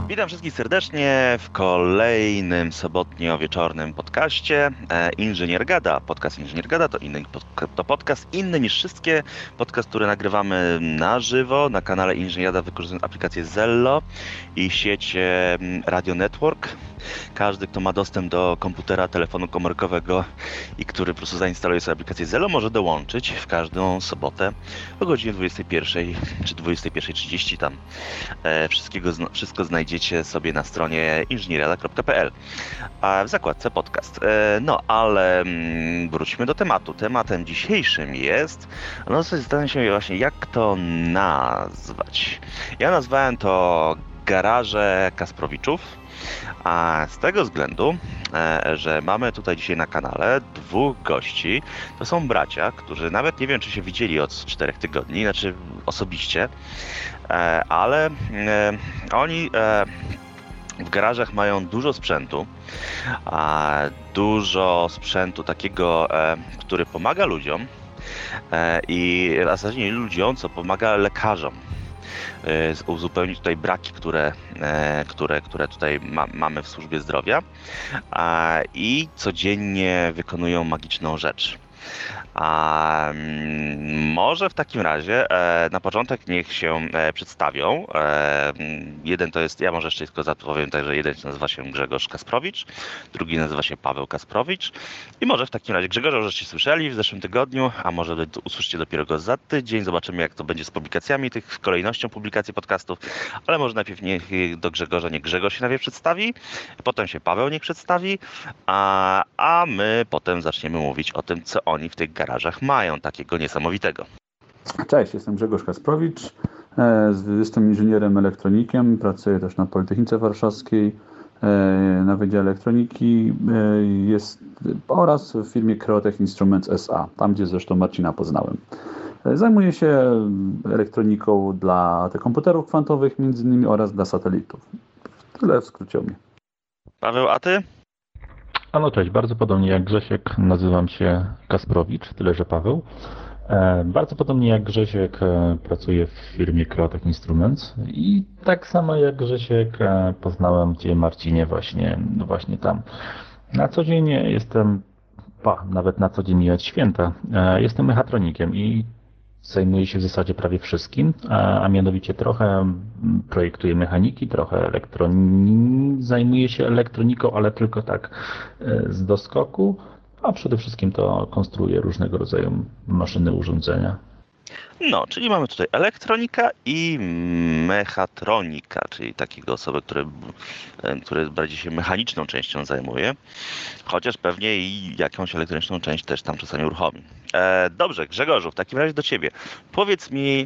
Witam wszystkich serdecznie w kolejnym sobotnio-wieczornym podcaście Inżynier Gada. Podcast Inżynier Gada to podcast inny niż wszystkie. Podcast, który nagrywamy na żywo na kanale Inżynier Gada, wykorzystując aplikację Zello i sieć Radio Network. Każdy, kto ma dostęp do komputera, telefonu komórkowego i który po prostu zainstaluje sobie aplikację Zello, może dołączyć w każdą sobotę o godzinie 21 czy 21:30 tam. Wszystko znajdziecie sobie na stronie inżyniergada.pl w zakładce podcast. No ale wróćmy do tematu. Tematem dzisiejszym jest, zastanawiam się właśnie, jak to nazwać. Ja nazwałem to Garaże Kasprowiczów. A z tego względu, że mamy tutaj dzisiaj na kanale dwóch gości. To są bracia, którzy nawet nie wiem, czy się widzieli od 4 tygodni, znaczy osobiście, ale oni w garażach mają dużo sprzętu, takiego, który pomaga ludziom i w zasadzie nie ludziom, co pomaga lekarzom. Uzupełnić tutaj braki, które tutaj mamy w służbie zdrowia i codziennie wykonują magiczną rzecz. Może w takim razie na początek niech się przedstawią. Jeden to jest, ja może jeszcze tylko zapowiem, także jeden nazywa się Grzegorz Kasprowicz, drugi nazywa się Paweł Kasprowicz i może w takim razie Grzegorza już żeście słyszeli w zeszłym tygodniu, a może usłyszycie dopiero go za tydzień, zobaczymy jak to będzie z publikacjami, kolejnością publikacji podcastów, ale może najpierw niech do Grzegorza, niech Grzegorz się najpierw przedstawi, potem się Paweł niech przedstawi, a my potem zaczniemy mówić o tym, co oni w tych garażach mają takiego niesamowitego. Cześć, jestem Grzegorz Kasprowicz, jestem inżynierem elektronikiem, pracuję też na Politechnice Warszawskiej na Wydziale Elektroniki oraz w firmie Creotech Instruments S.A., tam gdzie zresztą Marcina poznałem. Zajmuję się elektroniką dla tych komputerów kwantowych między innymi oraz dla satelitów. Tyle w skrócie o mnie. Paweł, a ty? No cześć, bardzo podobnie jak Grzesiek, nazywam się Kasprowicz, tyle że Paweł. Bardzo podobnie jak Grzesiek pracuję w firmie Creotech Instruments i tak samo jak Grzesiek poznałem Cię, Marcinie, właśnie tam. Na co dzień jestem, nawet na co dzień nie od święta, jestem mechatronikiem i zajmuję się w zasadzie prawie wszystkim, a mianowicie trochę projektuję mechaniki, trochę zajmuję się elektroniką, ale tylko tak z doskoku, a przede wszystkim to konstruuję różnego rodzaju maszyny, urządzenia. No, czyli mamy tutaj elektronika i mechatronika, czyli takiego osoby, które bardziej się mechaniczną częścią zajmuje, chociaż pewnie i jakąś elektroniczną część też tam czasami uruchomi. Dobrze, Grzegorzu, w takim razie do Ciebie. Powiedz mi,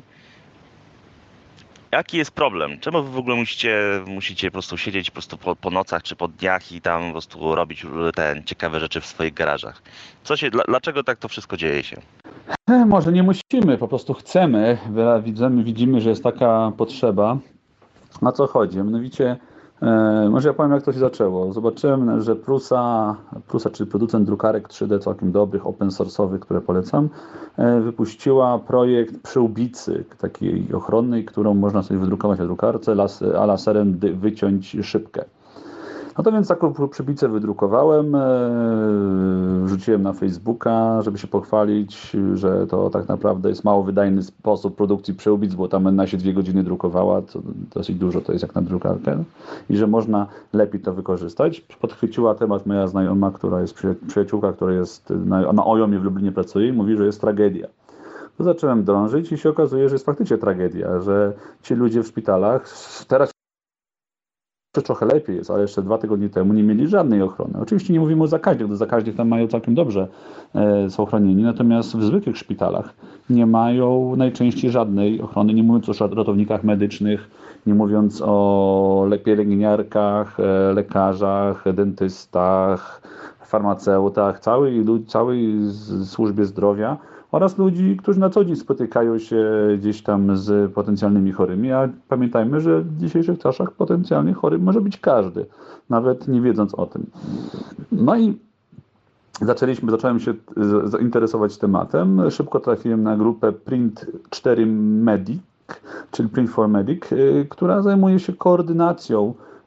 jaki jest problem? Czemu wy w ogóle musicie po prostu siedzieć po prostu po nocach czy po dniach i tam po prostu robić te ciekawe rzeczy w swoich garażach? Dlaczego tak to wszystko dzieje się? Może nie musimy, po prostu chcemy. Widzimy, że jest taka potrzeba. Na co chodzi? Mianowicie, może ja powiem, jak to się zaczęło. Zobaczyłem, że Prusa, czyli producent drukarek 3D całkiem dobrych, open source'owych, które polecam, wypuściła projekt przyłbicy takiej ochronnej, którą można sobie wydrukować na drukarce, a laserem wyciąć szybkę. No to więc taką przyłbicę wydrukowałem, wrzuciłem na Facebooka, żeby się pochwalić, że to tak naprawdę jest mało wydajny sposób produkcji przyłbic, bo tam ona się 2 godziny drukowała, to dosyć dużo to jest jak na drukarkę, i że można lepiej to wykorzystać. Podchwyciła temat moja znajoma, która jest przyjaciółka, która jest na OJOM-ie w Lublinie pracuje i mówi, że jest tragedia. To zacząłem drążyć i się okazuje, że jest faktycznie tragedia, że ci ludzie w szpitalach, teraz trochę lepiej jest, ale jeszcze 2 tygodnie temu nie mieli żadnej ochrony. Oczywiście nie mówimy o zakaźnych, do zakaźnych tam mają całkiem dobrze, są chronieni, natomiast w zwykłych szpitalach nie mają najczęściej żadnej ochrony, nie mówiąc o ratownikach medycznych, nie mówiąc o pielęgniarkach, lekarzach, dentystach, farmaceutach, całej służbie zdrowia oraz ludzi, którzy na co dzień spotykają się gdzieś tam z potencjalnymi chorymi, a pamiętajmy, że w dzisiejszych czasach potencjalnie chory może być każdy, nawet nie wiedząc o tym. No i zacząłem się zainteresować tematem. Szybko trafiłem na grupę Print4Medic, czyli Print4Medic, która zajmuje się koordynacją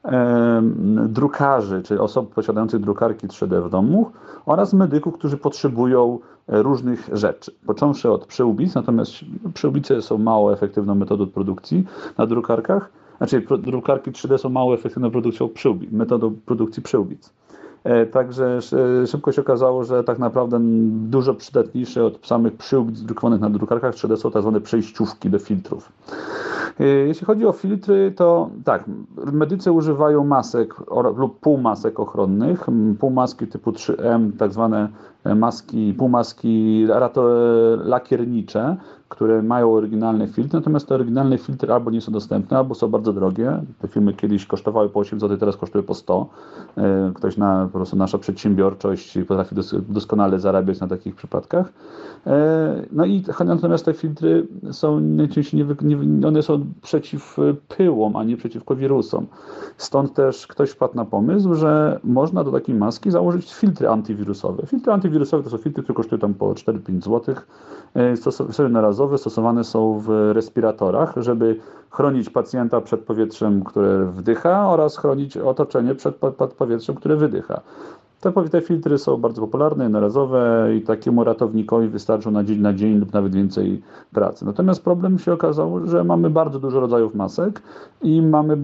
drukarzy, czyli osób posiadających drukarki 3D w domu oraz medyków, którzy potrzebują różnych rzeczy. Począwszy od przyłbic, natomiast przyłbice są mało efektywną metodą produkcji na drukarkach, znaczy drukarki 3D są mało efektywną metodą produkcji przyłbic. Także szybko się okazało, że tak naprawdę dużo przydatniejsze od samych przyłbic drukowanych na drukarkach 3D są tak zwane przejściówki do filtrów. Jeśli chodzi o filtry, to tak, medycy używają masek lub półmasek ochronnych, półmaski typu 3M, tak zwane półmaski lakiernicze, które mają oryginalny filtr, natomiast te oryginalne filtry albo nie są dostępne, albo są bardzo drogie. Te filmy kiedyś kosztowały po 8 zł, teraz kosztują po 100. Po prostu nasza przedsiębiorczość potrafi doskonale zarabiać na takich przypadkach. No i natomiast te filtry są najczęściej one są przeciw pyłom, a nie przeciwko wirusom. Stąd też ktoś wpadł na pomysł, że można do takiej maski założyć filtry antywirusowe. Filtry antywirusowe to są filtry, które kosztują tam po 4-5 zł. Są jednorazowe, stosowane są w respiratorach, żeby chronić pacjenta przed powietrzem, które wdycha, oraz chronić otoczenie przed powietrzem, które wydycha. Te filtry są bardzo popularne, jednorazowe i takiemu ratownikowi wystarczą na dzień lub nawet więcej pracy. Natomiast problem się okazał, że mamy bardzo dużo rodzajów masek i mamy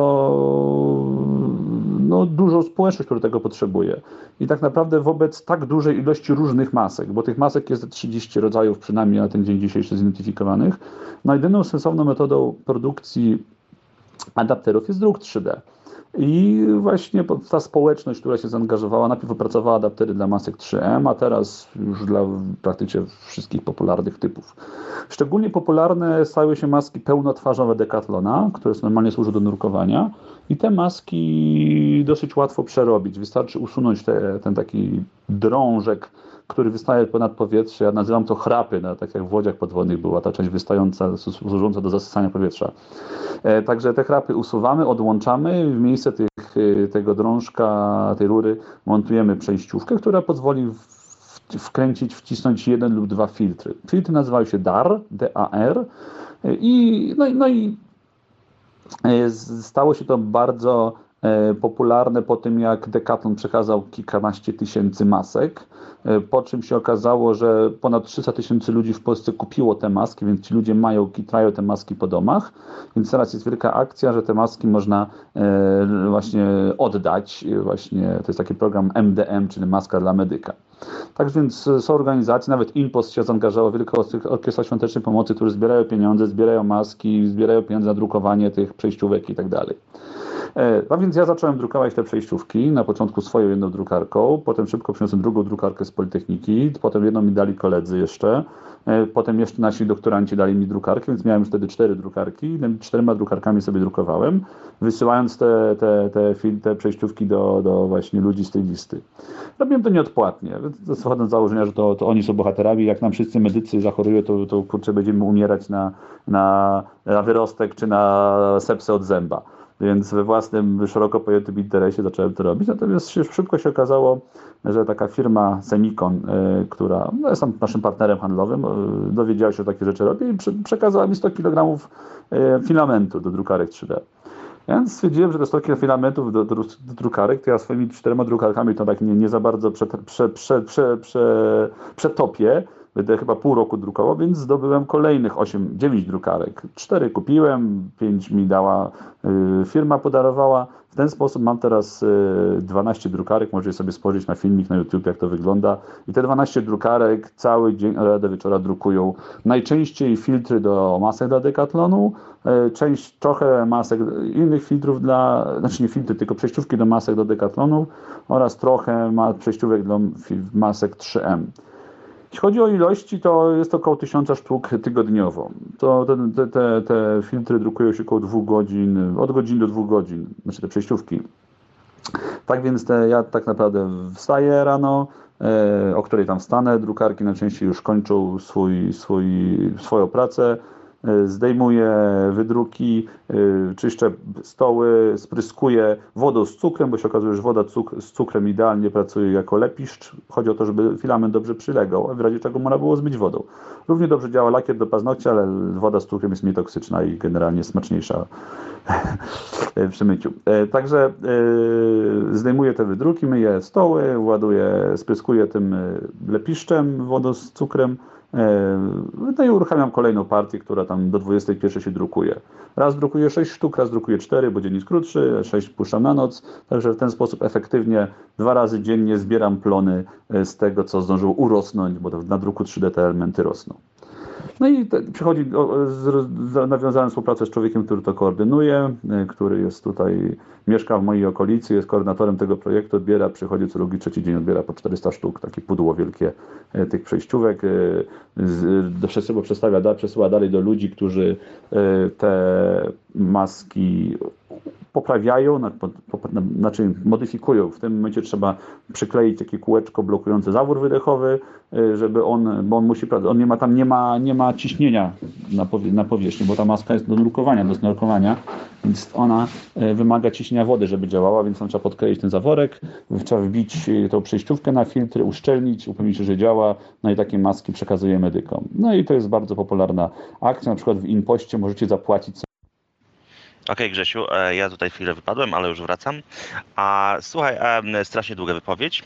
dużą społeczność, która tego potrzebuje. I tak naprawdę wobec tak dużej ilości różnych masek, bo tych masek jest 30 rodzajów przynajmniej na ten dzień dzisiejszy zidentyfikowanych, jedyną sensowną metodą produkcji adapterów jest druk 3D. I właśnie ta społeczność, która się zaangażowała, najpierw opracowała adaptery dla masek 3M, a teraz już dla praktycznie wszystkich popularnych typów. Szczególnie popularne stały się maski pełnotwarzowe Decathlona, które normalnie służą do nurkowania, i te maski dosyć łatwo przerobić. Wystarczy usunąć ten taki drążek, który wystaje ponad powietrze. Ja nazywam to chrapy, tak jak w łodziach podwodnych była ta część wystająca, służąca do zasysania powietrza. Także te chrapy usuwamy, odłączamy, w miejsce tego drążka, tej rury montujemy przejściówkę, która pozwoli wcisnąć 1 lub 2 filtry. Filtry nazywają się DAR, D-A-R, i stało się to bardzo popularne po tym, jak Decathlon przekazał kilkanaście tysięcy masek, po czym się okazało, że ponad 300 000 ludzi w Polsce kupiło te maski, więc ci ludzie kitrają te maski po domach, więc teraz jest wielka akcja, że te maski można właśnie oddać, to jest taki program MDM, czyli maska dla medyka. Tak więc są organizacje, nawet InPost się zaangażował, Wielka Orkiestra Świątecznej Pomocy, które zbierają pieniądze, zbierają maski, zbierają pieniądze na drukowanie tych przejściówek i tak dalej. A więc ja zacząłem drukować te przejściówki, na początku swoją jedną drukarką, potem szybko przyniosłem drugą drukarkę z Politechniki, potem jedną mi dali koledzy jeszcze, potem jeszcze nasi doktoranci dali mi drukarkę, więc miałem już wtedy 4 drukarki i 4 drukarkami sobie drukowałem, wysyłając te przejściówki do właśnie ludzi z tej listy. Robiłem to nieodpłatnie, wychodząc z założenia, że to oni są bohaterami, jak nam wszyscy medycy zachorują, to kurczę, będziemy umierać na wyrostek czy na sepsę od zęba. Więc we własnym, szeroko pojętym interesie zacząłem to robić. Natomiast szybko się okazało, że taka firma Semikon, która jest naszym partnerem handlowym, dowiedziała się, że takie rzeczy robię i przekazała mi 100 kg filamentu do drukarek 3D. Więc stwierdziłem, że te 100 kg filamentów do drukarek, to ja swoimi 4 drukarkami to tak nie za bardzo przetopię. Będę chyba pół roku drukował, więc zdobyłem kolejnych 9 drukarek. 4 kupiłem, 5 mi dała firma, podarowała. W ten sposób mam teraz 12 drukarek, możecie sobie spojrzeć na filmik na YouTube, jak to wygląda. I te 12 drukarek cały dzień do wieczora drukują najczęściej filtry do masek dla Decathlonu, trochę masek innych filtrów nie filtry, tylko przejściówki do masek do Decathlonu oraz trochę przejściówek do masek 3M. Jeśli chodzi o ilości, to jest około 1000 sztuk tygodniowo. Te filtry drukują się około 2 godzin, od godziny do 2 godzin, znaczy te przejściówki. Tak więc ja tak naprawdę wstaję rano, o której tam wstanę, drukarki najczęściej już kończą swoją pracę. zdejmuję wydruki, czyszczę stoły, spryskuję wodą z cukrem, bo się okazuje, że woda z cukrem idealnie pracuje jako lepiszcz. Chodzi o to, żeby filament dobrze przylegał, a w razie czego można było zmyć wodą. Równie dobrze działa lakier do paznokci, ale woda z cukrem jest mniej toksyczna i generalnie smaczniejsza przy myciu. Także zdejmuję te wydruki, myję stoły, spryskuję tym lepiszczem, wodą z cukrem. No i uruchamiam kolejną partię, która tam do 21 się drukuje. Raz drukuję 6 sztuk, raz drukuję 4, bo dzień jest krótszy, 6 puszczam na noc. Także w ten sposób efektywnie 2 razy dziennie zbieram plony z tego, co zdążyło urosnąć, bo na druku 3D te elementy rosną. No i nawiązałem współpracę z człowiekiem, który to koordynuje, który jest tutaj, mieszka w mojej okolicy, jest koordynatorem tego projektu, przychodzi co drugi, trzeci dzień, odbiera po 400 sztuk, takie pudło wielkie tych przejściówek, przesyła dalej do ludzi, którzy te maski poprawiają, znaczy modyfikują. W tym momencie trzeba przykleić takie kółeczko blokujące zawór wydechowy, żeby bo on nie ma ciśnienia na powierzchni, bo ta maska jest do drukowania, do snorkowania, więc ona wymaga ciśnienia wody, żeby działała, więc tam trzeba podkleić ten zaworek, trzeba wbić tą przejściówkę na filtry, uszczelnić, upewnić się, że działa, no i takie maski przekazuje medykom. No i to jest bardzo popularna akcja, na przykład w Impoście możecie zapłacić. Okej, Grzesiu, ja tutaj chwilę wypadłem, ale już wracam. Słuchaj, strasznie długa wypowiedź.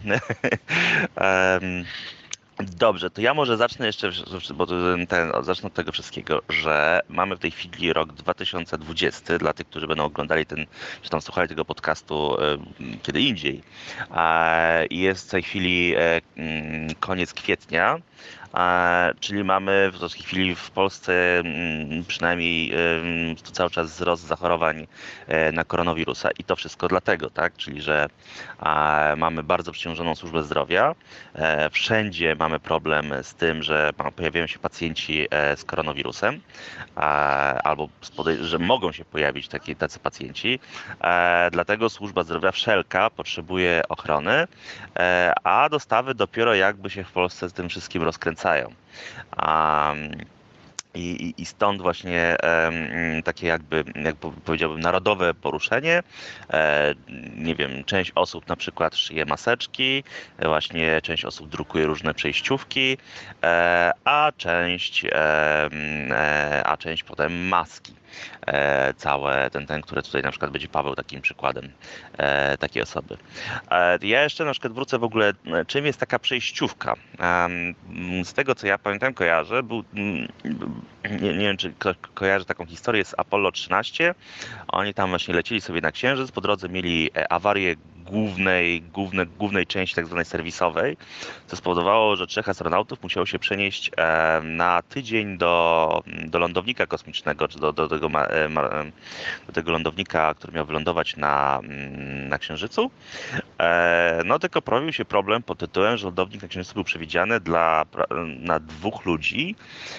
Dobrze, to ja może zacznę jeszcze, bo zacznę od tego wszystkiego, że mamy w tej chwili rok 2020, dla tych, którzy będą oglądali czy tam słuchali tego podcastu kiedy indziej. Jest w tej chwili koniec kwietnia. Czyli mamy w tej chwili w Polsce przynajmniej cały czas wzrost zachorowań na koronawirusa i to wszystko dlatego, tak? Czyli że mamy bardzo przeciążoną służbę zdrowia, wszędzie mamy problem z tym, że pojawiają się pacjenci z koronawirusem albo że mogą się pojawić tacy pacjenci, dlatego służba zdrowia wszelka potrzebuje ochrony, a dostawy dopiero jakby się w Polsce z tym wszystkim rozkręcają. I stąd właśnie takie jakby powiedziałbym narodowe poruszenie. Nie wiem, część osób na przykład szyje maseczki, właśnie część osób drukuje różne przejściówki, a część potem maski. Całe które tutaj na przykład będzie Paweł takim przykładem takiej osoby. Ja jeszcze na przykład wrócę w ogóle, czym jest taka przejściówka. Z tego co ja pamiętam, kojarzę, nie wiem czy kojarzę taką historię z Apollo 13. Oni tam właśnie lecieli sobie na Księżyc, po drodze mieli awarię głównej części tak zwanej serwisowej, co spowodowało, że 3 astronautów musiało się przenieść na tydzień do lądownika kosmicznego, czy do tego lądownika, który miał wylądować na Księżycu. No tylko pojawił się problem pod tytułem, że lądownik na Księżycu był przewidziany na 2 ludzi,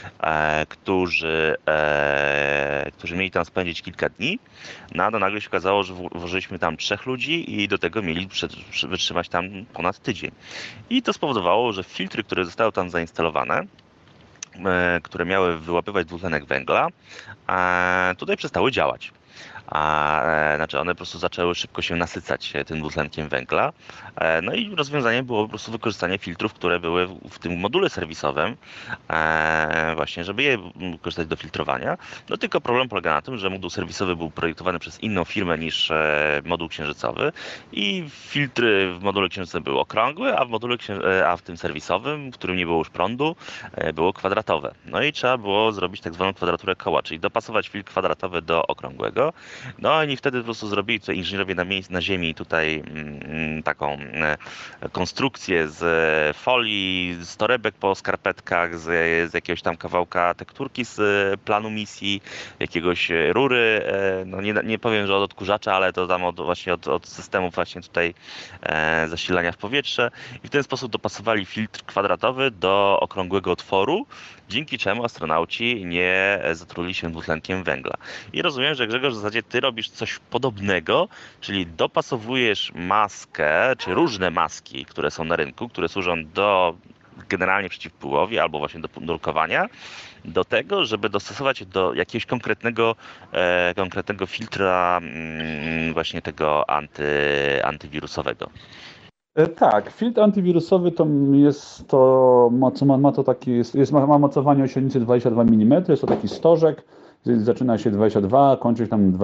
którzy mieli tam spędzić kilka dni. No nagle się okazało, że włożyliśmy tam 3 ludzi i do tego mieli wytrzymać tam ponad tydzień. I to spowodowało, że filtry, które zostały tam zainstalowane, które miały wyłapywać dwutlenek węgla, tutaj przestały działać. Znaczy one po prostu zaczęły szybko się nasycać tym dwutlenkiem węgla. No i rozwiązaniem było po prostu wykorzystanie filtrów, które były w tym module serwisowym, właśnie żeby je wykorzystać do filtrowania. No tylko problem polega na tym, że moduł serwisowy był projektowany przez inną firmę niż moduł księżycowy i filtry w module księżycowym były okrągłe, a w tym serwisowym, w którym nie było już prądu, było kwadratowe. No i trzeba było zrobić tak zwaną kwadraturę koła, czyli dopasować filtr kwadratowy do okrągłego. No oni wtedy po prostu zrobili tutaj inżynierowie na ziemi tutaj taką konstrukcję z folii, z torebek po skarpetkach, z jakiegoś tam kawałka tekturki z planu misji, jakiegoś rury, no nie powiem, że od odkurzacza, ale to tam właśnie od systemów właśnie tutaj zasilania w powietrze i w ten sposób dopasowali filtr kwadratowy do okrągłego otworu, dzięki czemu astronauci nie zatruli się dwutlenkiem węgla. I rozumiem, że Grzegorz, w zasadzie ty robisz coś podobnego, czyli dopasowujesz maskę, czy różne maski, które są na rynku, które służą do generalnie przeciwpyłowi albo właśnie do nurkowania, do tego, żeby dostosować je do jakiegoś konkretnego filtra właśnie tego antywirusowego. Tak, filtr antywirusowy to jest to, ma to taki, ma mocowanie o średnicy 22 mm, jest to taki stożek, zaczyna się 22, kończy się tam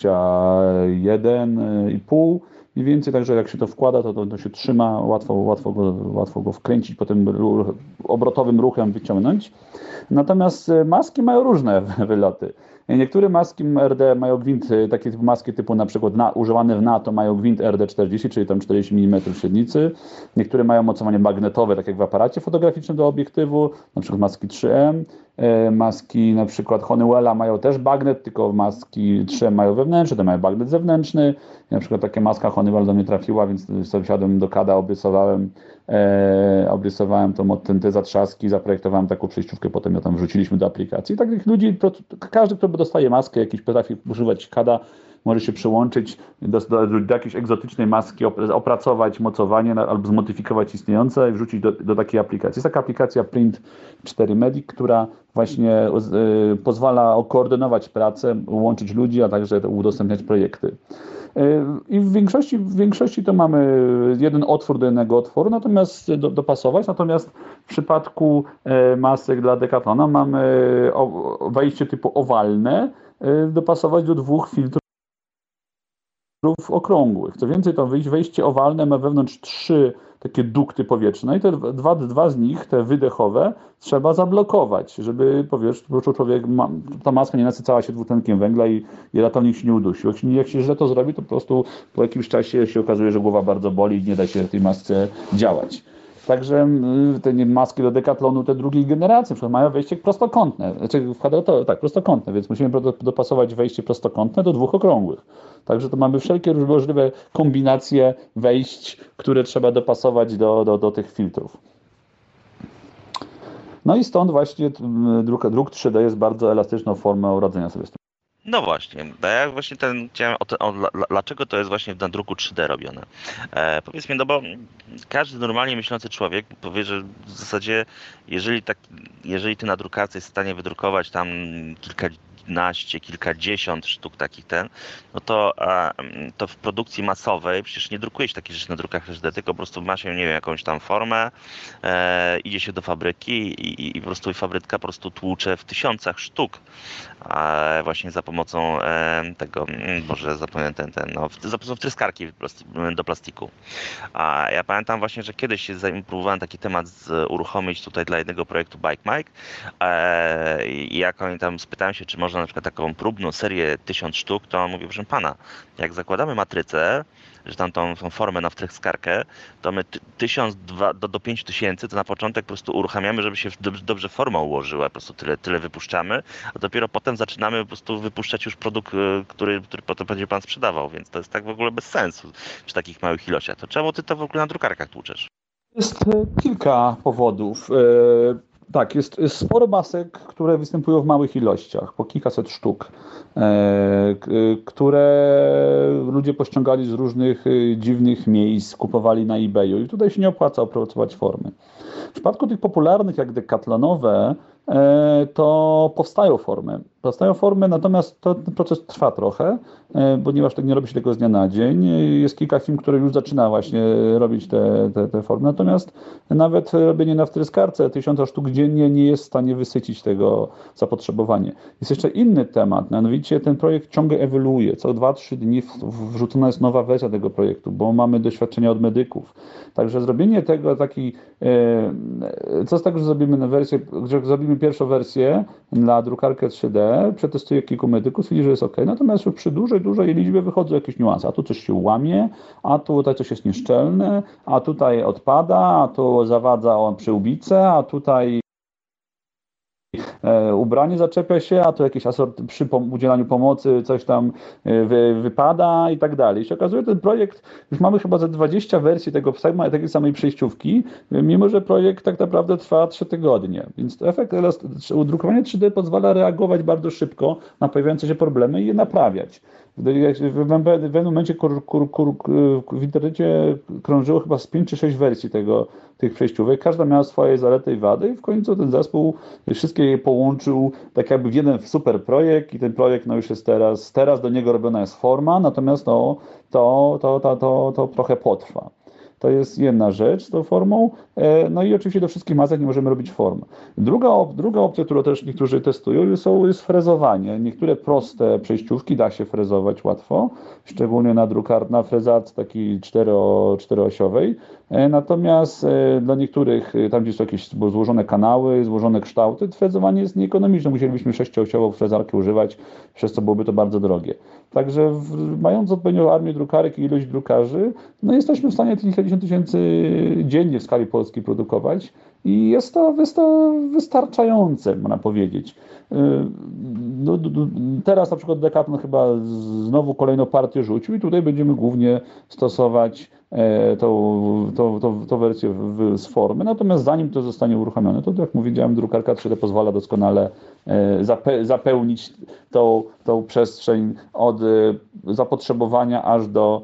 21,5 mniej więcej, także jak się to wkłada, to się trzyma, łatwo go wkręcić, potem obrotowym ruchem wyciągnąć. Natomiast maski mają różne wyloty. Niektóre maski RD mają gwint, takie maski typu na przykład używane w NATO mają gwint RD40, czyli tam 40 mm średnicy. Niektóre mają mocowanie magnetowe, tak jak w aparacie fotograficznym do obiektywu, na przykład maski 3M. Maski na przykład Honeywella mają też bagnet, tylko maski 3M mają wewnętrzny, to mają bagnet zewnętrzny. Na przykład taka maska Honeywell do mnie trafiła, więc sobie wsiadłem do CAD-a, obrysowałem te zatrzaski, zaprojektowałem taką przejściówkę, potem ją tam wrzuciliśmy do aplikacji. I takich ludzi, każdy, kto dostaje maskę, jakiś potrafi używać CAD-a, może się przyłączyć do jakiejś egzotycznej maski, opracować mocowanie albo zmodyfikować istniejące i wrzucić do takiej aplikacji. Jest taka aplikacja Print 4 Medic, która właśnie pozwala koordynować pracę, łączyć ludzi, a także udostępniać projekty. I w większości to mamy jeden otwór do jednego otworu, natomiast dopasować. Natomiast w przypadku masek dla Decathlona mamy wejście typu owalne, dopasować do 2 filtrów okrągłych. Co więcej, to wejście owalne ma wewnątrz 3 takie dukty powietrzne i te dwa z nich, te wydechowe, trzeba zablokować, żeby człowiek, ta maska nie nasycała się dwutlenkiem węgla i ratownik się nie udusił. Jak się źle to zrobi, to po prostu po jakimś czasie się okazuje, że głowa bardzo boli i nie da się tej masce działać. Także te maski do Decathlonu, te drugiej generacji, mają wejście prostokątne, prostokątne, więc musimy dopasować wejście prostokątne do 2 okrągłych. Także to mamy wszelkie możliwe kombinacje wejść, które trzeba dopasować do tych filtrów. No i stąd właśnie druk 3D jest bardzo elastyczną formą radzenia sobie z tym. No właśnie, ja właśnie chciałem dlaczego to jest właśnie na druku 3D robione. Powiedz mi, no bo każdy normalnie myślący człowiek powie, że w zasadzie jeżeli ty na drukarce jest w stanie wydrukować tam kilkadziesiąt sztuk takich no to w produkcji masowej przecież nie drukuje się takich rzeczy na drukach 3D, tylko po prostu ma się, nie wiem, jakąś tam formę, idzie się do fabryki i po prostu fabryka po prostu tłucze w tysiącach sztuk właśnie za pomocą tego, może zapomniałem za pomocą wtryskarki do plastiku. A ja pamiętam właśnie, że kiedyś próbowałem taki temat uruchomić tutaj dla jednego projektu Bike Mike i jak oni tam spytałem się, czy można na przykład taką próbną serię 1000 sztuk, to on mówi, proszę pana, jak zakładamy matrycę, że tam tą formę na wtryskarkę, to my 1000 do 5000 to na początek po prostu uruchamiamy, żeby się dobrze forma ułożyła, po prostu tyle wypuszczamy, a dopiero potem zaczynamy po prostu wypuszczać już produkt, który potem będzie pan sprzedawał, więc to jest tak w ogóle bez sensu przy takich małych ilościach. To czemu ty to w ogóle na drukarkach tłuczesz? Jest kilka powodów. Tak, jest sporo masek, które występują w małych ilościach, po kilkaset sztuk, które ludzie pościągali z różnych dziwnych miejsc, kupowali na eBayu i tutaj się nie opłaca opracować formy. W przypadku tych popularnych jak decathlonowe, to powstają formy, natomiast ten proces trwa trochę, ponieważ tak nie robi się tego z dnia na dzień. Jest kilka firm, które już zaczyna właśnie robić te formy, natomiast nawet robienie na wtryskarce 1000 sztuk dziennie nie jest w stanie wysycić tego zapotrzebowania. Jest jeszcze inny temat, mianowicie ten projekt ciągle ewoluuje. Co 2-3 dni wrzucona jest nowa wersja tego projektu, bo mamy doświadczenia od medyków. Także zrobienie tego co z tego, że zrobimy pierwszą wersję na drukarkę 3D, przetestuje kilku medyków, stwierdzi, że jest OK. Natomiast już przy dużej liczbie wychodzą jakieś niuanse. A tu coś się łamie, a tutaj coś jest nieszczelne, a tutaj odpada, a tu zawadza on przyłbicę, a tutaj ubranie zaczepia się, a tu jakiś asort przy udzielaniu pomocy coś tam wypada i tak dalej. I się okazuje, ten projekt, już mamy chyba ze 20 wersji takiej samej przejściówki, mimo że projekt tak naprawdę trwa 3 tygodnie. Więc efekt drukowania 3D pozwala reagować bardzo szybko na pojawiające się problemy i je naprawiać. W pewnym momencie w internecie krążyło chyba z 5 czy 6 wersji tych przejściówek. Każda miała swoje zalety i wady i w końcu ten zespół wszystkie je połączył tak jakby w jeden super projekt i ten projekt no już jest teraz do niego robiona jest forma, natomiast to trochę potrwa. To jest jedna rzecz z tą formą. No i oczywiście do wszystkich masek nie możemy robić form. Druga opcja, którą też niektórzy testują, jest frezowanie. Niektóre proste przejściówki da się frezować łatwo, szczególnie na frezacji takiej czteroosiowej. Natomiast dla niektórych, tam gdzie są jakieś złożone kanały, złożone kształty, frezowanie jest nieekonomiczne. Musielibyśmy 6-osiową frezarkę używać, przez co byłoby to bardzo drogie. Także mając odpowiednią armię drukarek i ilość drukarzy, no jesteśmy w stanie kilkadziesiąt tysięcy dziennie w skali polskiej produkować i jest to wystarczające, można powiedzieć. Teraz na przykład Decathlon chyba znowu kolejną partię rzucił i tutaj będziemy głównie stosować tą wersję z formy. Natomiast zanim to zostanie uruchomione, to jak mówiłem, drukarka 3D pozwala doskonale zapełnić tą przestrzeń od zapotrzebowania aż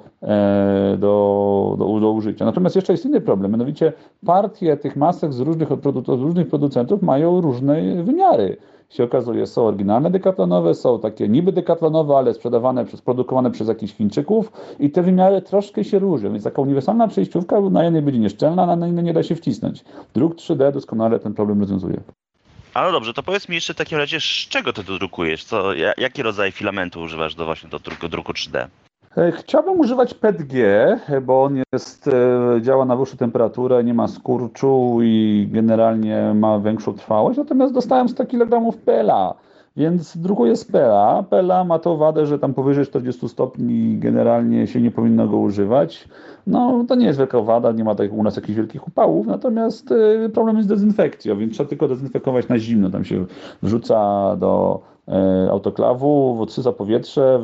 do użycia. Natomiast jeszcze jest inny problem, mianowicie partie tych masek z różnych producentów mają różne wymiary. Się okazuje, są oryginalne dekatlonowe, są takie niby dekatlonowe, ale produkowane przez jakichś Chińczyków i te wymiary troszkę się różnią, więc taka uniwersalna przejściówka na jednej będzie nieszczelna, a na innej nie da się wcisnąć. Druk 3D doskonale ten problem rozwiązuje. A no dobrze, to powiedz mi jeszcze w takim razie, z czego ty to drukujesz? Jaki rodzaj filamentu używasz do druku 3D? Chciałbym używać PETG, bo on działa na wyższą temperaturę, nie ma skurczu i generalnie ma większą trwałość, natomiast dostałem 100 kg PLA, więc drukuję z PLA. PLA ma tą wadę, że tam powyżej 40 stopni generalnie się nie powinno go używać. No to nie jest wielka wada, nie ma tak u nas jakichś wielkich upałów, natomiast problem jest z dezynfekcją, więc trzeba tylko dezynfekować na zimno, tam się wrzuca do autoklawu, odsysa powietrze,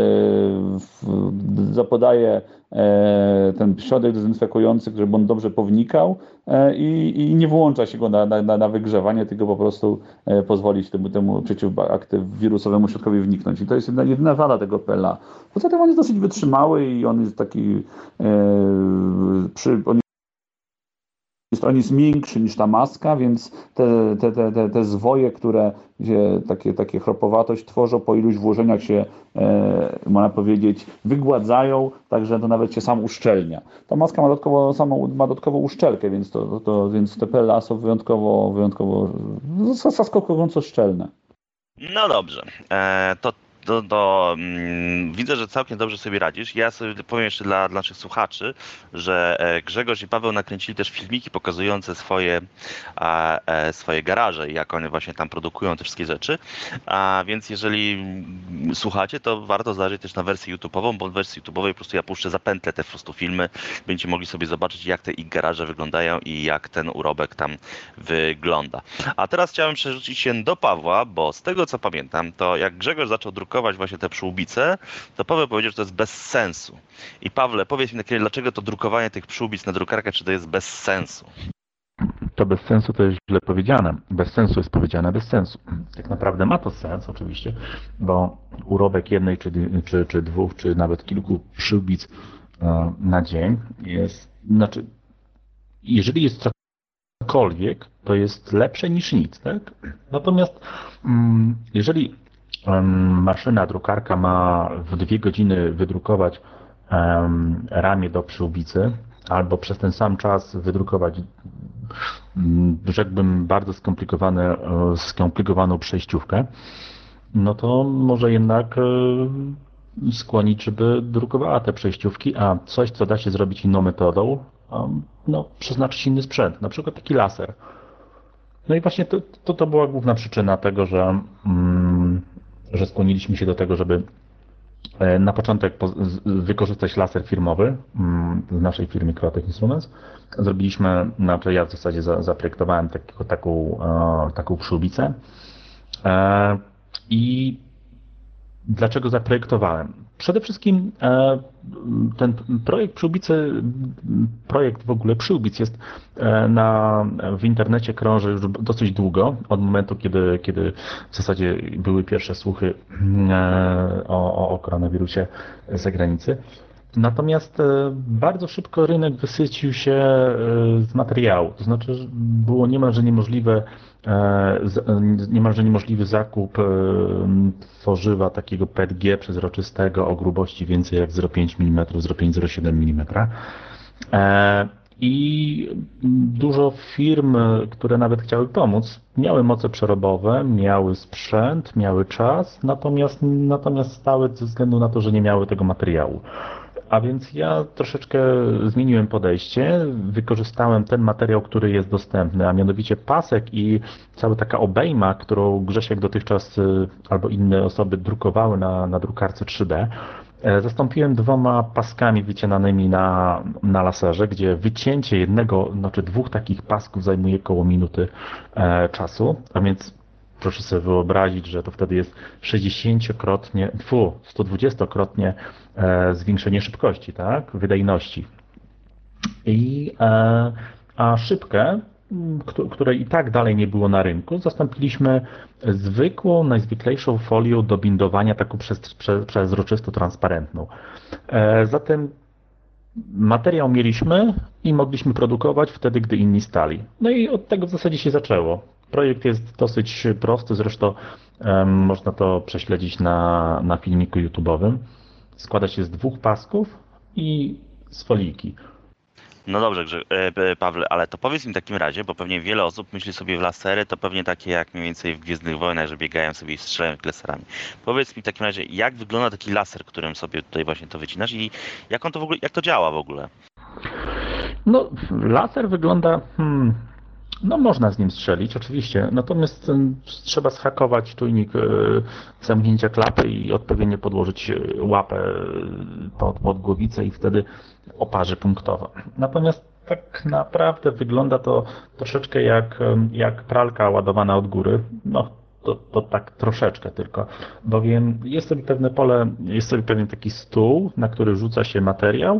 zapodaje ten środek dezynfekujący, żeby on dobrze pownikał i nie włącza się go na wygrzewanie, tylko po prostu pozwolić temu przeciwwirusowemu środkowi wniknąć. I to jest jedyna wada tego PLA. Poza tym on jest dosyć wytrzymały i on jest taki on jest miększy niż ta maska, więc te zwoje, które takie chropowatość tworzą, po iluś włożeniach się, można powiedzieć, wygładzają, także to nawet się sam uszczelnia. Ta maska ma dodatkową uszczelkę, więc te PLA są wyjątkowo zaskakująco szczelne. No dobrze, widzę, że całkiem dobrze sobie radzisz. Ja sobie powiem jeszcze dla naszych słuchaczy, że Grzegorz i Paweł nakręcili też filmiki pokazujące swoje garaże i jak one właśnie tam produkują te wszystkie rzeczy. A więc jeżeli słuchacie, to warto zajrzeć też na wersję YouTube'ową, bo w wersji YouTube'owej po prostu ja puszczę zapętlę te po prostu filmy. Będziecie mogli sobie zobaczyć, jak te ich garaże wyglądają i jak ten urobek tam wygląda. A teraz chciałem przerzucić się do Pawła, bo z tego co pamiętam, to jak Grzegorz zaczął drukować właśnie te przyłbice, to Paweł powiedział, że to jest bez sensu. I Pawle, powiedz mi, dlaczego to drukowanie tych przyłbic na drukarkach, czy to jest bez sensu? To bez sensu to jest źle powiedziane. Bez sensu jest powiedziane bez sensu. Tak naprawdę ma to sens oczywiście, bo urobek jednej, czy dwóch, czy nawet kilku przyłbic na dzień jest, znaczy, jeżeli jest cokolwiek, to jest lepsze niż nic, tak? Natomiast jeżeli maszyna, drukarka ma w 2 godziny wydrukować ramię do przyłbicy, albo przez ten sam czas wydrukować, rzekłbym, bardzo skomplikowaną przejściówkę, no to może jednak skłonić, żeby drukowała te przejściówki, a coś, co da się zrobić inną metodą, przeznaczyć inny sprzęt, na przykład taki laser. No i właśnie to była główna przyczyna tego, że skłoniliśmy się do tego, żeby na początek wykorzystać laser firmowy w naszej firmie Createch Instruments. Zrobiliśmy, ja w zasadzie zaprojektowałem taką przyłbicę. I dlaczego zaprojektowałem? Przede wszystkim ten projekt w ogóle Przyłbic jest w internecie krąży już dosyć długo, od momentu, kiedy w zasadzie były pierwsze słuchy o koronawirusie z zagranicy. Natomiast bardzo szybko rynek wysycił się z materiału, to znaczy było niemalże niemożliwy zakup tworzywa takiego PETG przezroczystego o grubości więcej jak 0,5 mm, 0,5-0,7 mm. I dużo firm, które nawet chciały pomóc, miały moce przerobowe, miały sprzęt, miały czas, natomiast stały ze względu na to, że nie miały tego materiału. A więc ja troszeczkę zmieniłem podejście, wykorzystałem ten materiał, który jest dostępny, a mianowicie pasek i cała taka obejma, którą Grzesiek dotychczas albo inne osoby drukowały na drukarce 3D. Zastąpiłem 2 paskami wycinanymi na laserze, gdzie wycięcie dwóch takich pasków zajmuje około minuty czasu, a więc proszę sobie wyobrazić, że to wtedy jest 120-krotnie zwiększenie szybkości, tak? Wydajności. A szybkę, której i tak dalej nie było na rynku, zastąpiliśmy zwykłą, najzwyklejszą folią do bindowania, taką przezroczysto-transparentną. Zatem materiał mieliśmy i mogliśmy produkować wtedy, gdy inni stali. No i od tego w zasadzie się zaczęło. Projekt jest dosyć prosty, zresztą można to prześledzić na filmiku YouTube'owym. Składa się z 2 pasków i z folijki. No dobrze, Pawle, ale to powiedz mi w takim razie, bo pewnie wiele osób myśli sobie w lasery, to pewnie takie jak mniej więcej w Gwiezdnych Wojnach, że biegają sobie i strzelają laserami. Powiedz mi w takim razie, jak wygląda taki laser, którym sobie tutaj właśnie to wycinasz i jak on to w ogóle, jak to działa w ogóle? No, laser wygląda... No można z nim strzelić, oczywiście, natomiast trzeba zhakować czujnik zamknięcia klapy i odpowiednio podłożyć łapę pod głowicę i wtedy oparzy punktowo. Natomiast tak naprawdę wygląda to troszeczkę jak pralka ładowana od góry. No, to tak troszeczkę tylko, bowiem jest sobie pewne pole, jest sobie pewien taki stół, na który rzuca się materiał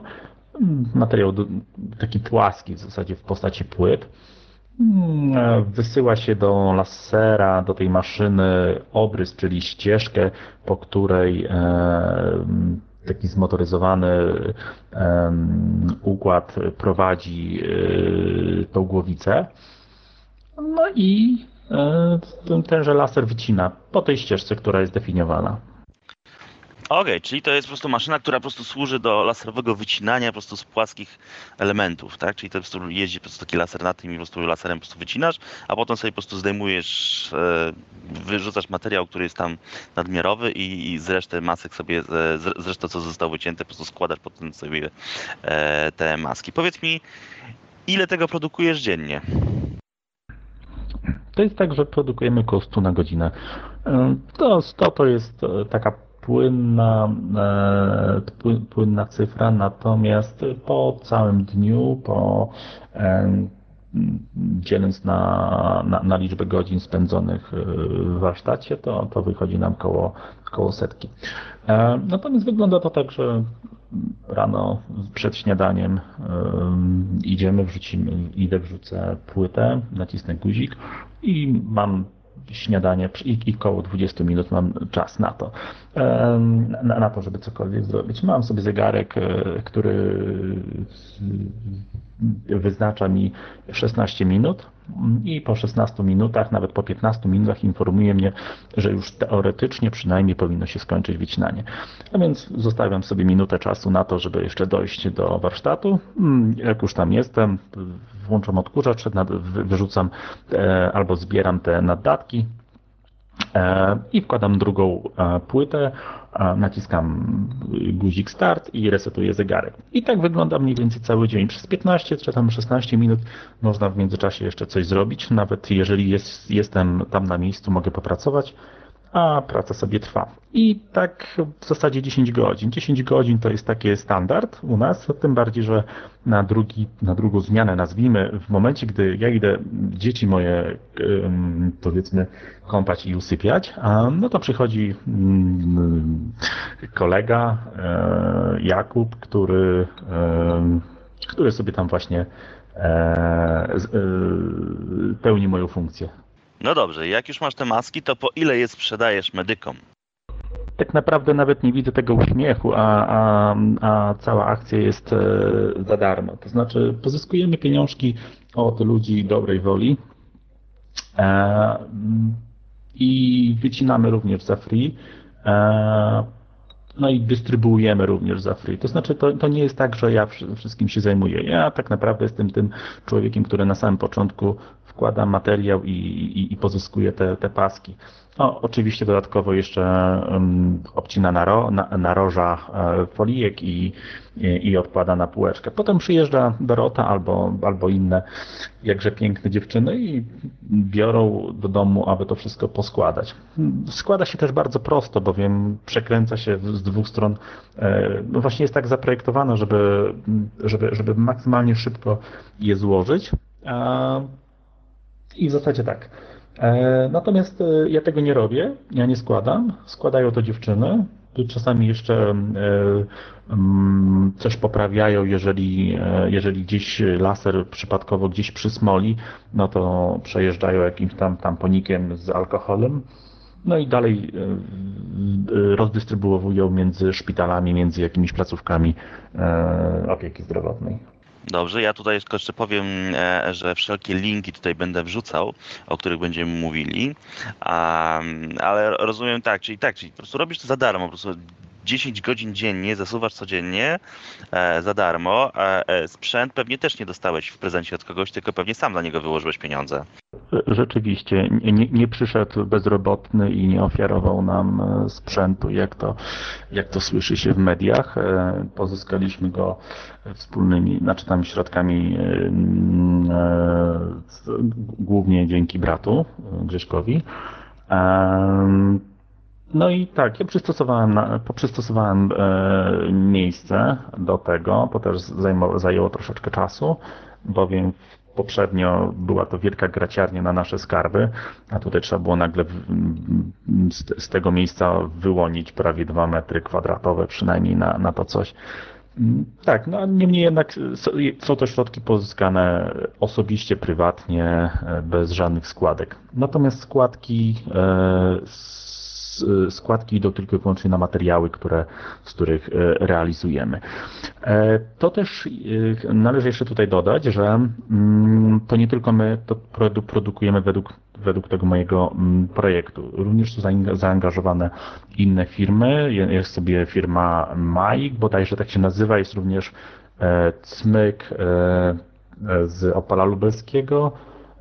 taki płaski w zasadzie w postaci płyt. Wysyła się do lasera, do tej maszyny obrys, czyli ścieżkę, po której taki zmotoryzowany układ prowadzi tą głowicę. No i tenże laser wycina po tej ścieżce, która jest definiowana. Okej, czyli to jest po prostu maszyna, która po prostu służy do laserowego wycinania po prostu z płaskich elementów, tak? Czyli to po prostu jeździ po prostu taki laser na tym i po prostu laserem po prostu wycinasz, a potem sobie po prostu zdejmujesz, wyrzucasz materiał, który jest tam nadmiarowy i z reszty masek sobie, z reszty co zostało wycięte, po prostu składasz potem sobie te maski. Powiedz mi, ile tego produkujesz dziennie? To jest tak, że produkujemy około 100 na godzinę. To jest taka płynna cyfra, natomiast po całym dniu, dzieląc na liczbę godzin spędzonych w warsztacie, to wychodzi nam koło 100. Natomiast wygląda to tak, że rano przed śniadaniem idę, wrzucę płytę, nacisnę guzik i mam śniadanie i koło 20 minut mam czas na to, żeby cokolwiek zrobić. Mam sobie zegarek, który wyznacza mi 16 minut i po 16 minutach, nawet po 15 minutach informuje mnie, że już teoretycznie przynajmniej powinno się skończyć wycinanie. A więc zostawiam sobie minutę czasu na to, żeby jeszcze dojść do warsztatu. Jak już tam jestem, włączam odkurzacz, wyrzucam albo zbieram te naddatki i wkładam drugą płytę, naciskam guzik start i resetuję zegarek. I tak wygląda mniej więcej cały dzień. Przez 15 czy tam 16 minut można w międzyczasie jeszcze coś zrobić. Nawet jeżeli jestem tam na miejscu, mogę popracować, a praca sobie trwa. I tak w zasadzie 10 godzin. 10 godzin to jest taki standard u nas, tym bardziej, że na drugą zmianę, nazwijmy, w momencie, gdy ja idę dzieci moje, powiedzmy, kąpać i usypiać, no to przychodzi kolega Jakub, który sobie tam właśnie pełni moją funkcję. No dobrze, jak już masz te maski, to po ile je sprzedajesz medykom? Tak naprawdę nawet nie widzę tego uśmiechu, a cała akcja jest za darmo. To znaczy pozyskujemy pieniążki od ludzi dobrej woli i wycinamy również za free. No i dystrybuujemy również za free. To znaczy to nie jest tak, że ja wszystkim się zajmuję. Ja tak naprawdę jestem tym człowiekiem, który na samym początku wkłada materiał i pozyskuje te paski. No, oczywiście dodatkowo jeszcze obcina naroża folijek i odkłada na półeczkę. Potem przyjeżdża Dorota albo inne jakże piękne dziewczyny i biorą do domu, aby to wszystko poskładać. Składa się też bardzo prosto, bowiem przekręca się z dwóch stron. No właśnie jest tak zaprojektowane, żeby maksymalnie szybko je złożyć. I w zasadzie tak. Natomiast ja tego nie robię, ja nie składam, składają to dziewczyny. Czasami jeszcze coś poprawiają, jeżeli gdzieś laser przypadkowo gdzieś przysmoli, no to przejeżdżają jakimś tam tamponikiem z alkoholem. No i dalej rozdystrybuowują między szpitalami, między jakimiś placówkami opieki zdrowotnej. Dobrze, ja tutaj jeszcze powiem, że wszelkie linki tutaj będę wrzucał, o których będziemy mówili, ale rozumiem czyli po prostu robisz to za darmo, po prostu 10 godzin dziennie zasuwasz codziennie za darmo, sprzęt pewnie też nie dostałeś w prezencie od kogoś, tylko pewnie sam dla niego wyłożyłeś pieniądze. Rzeczywiście, nie przyszedł bezrobotny i nie ofiarował nam sprzętu, jak to słyszy się w mediach. Pozyskaliśmy go wspólnymi, tam środkami, głównie dzięki bratu Grześkowi. No i tak, ja przystosowałem miejsce do tego, bo też zajęło troszeczkę czasu, bowiem poprzednio była to wielka graciarnia na nasze skarby, a tutaj trzeba było nagle z tego miejsca wyłonić prawie 2 metry kwadratowe przynajmniej na to coś. Tak, no niemniej jednak są to środki pozyskane osobiście, prywatnie, bez żadnych składek. Natomiast składki idą tylko i wyłącznie na materiały, z których realizujemy. To też należy jeszcze tutaj dodać, że to nie tylko my to produkujemy według tego mojego projektu. Również są zaangażowane inne firmy. Jest sobie firma Majik, bodajże tak się nazywa, jest również Cmyk z Opala Lubelskiego.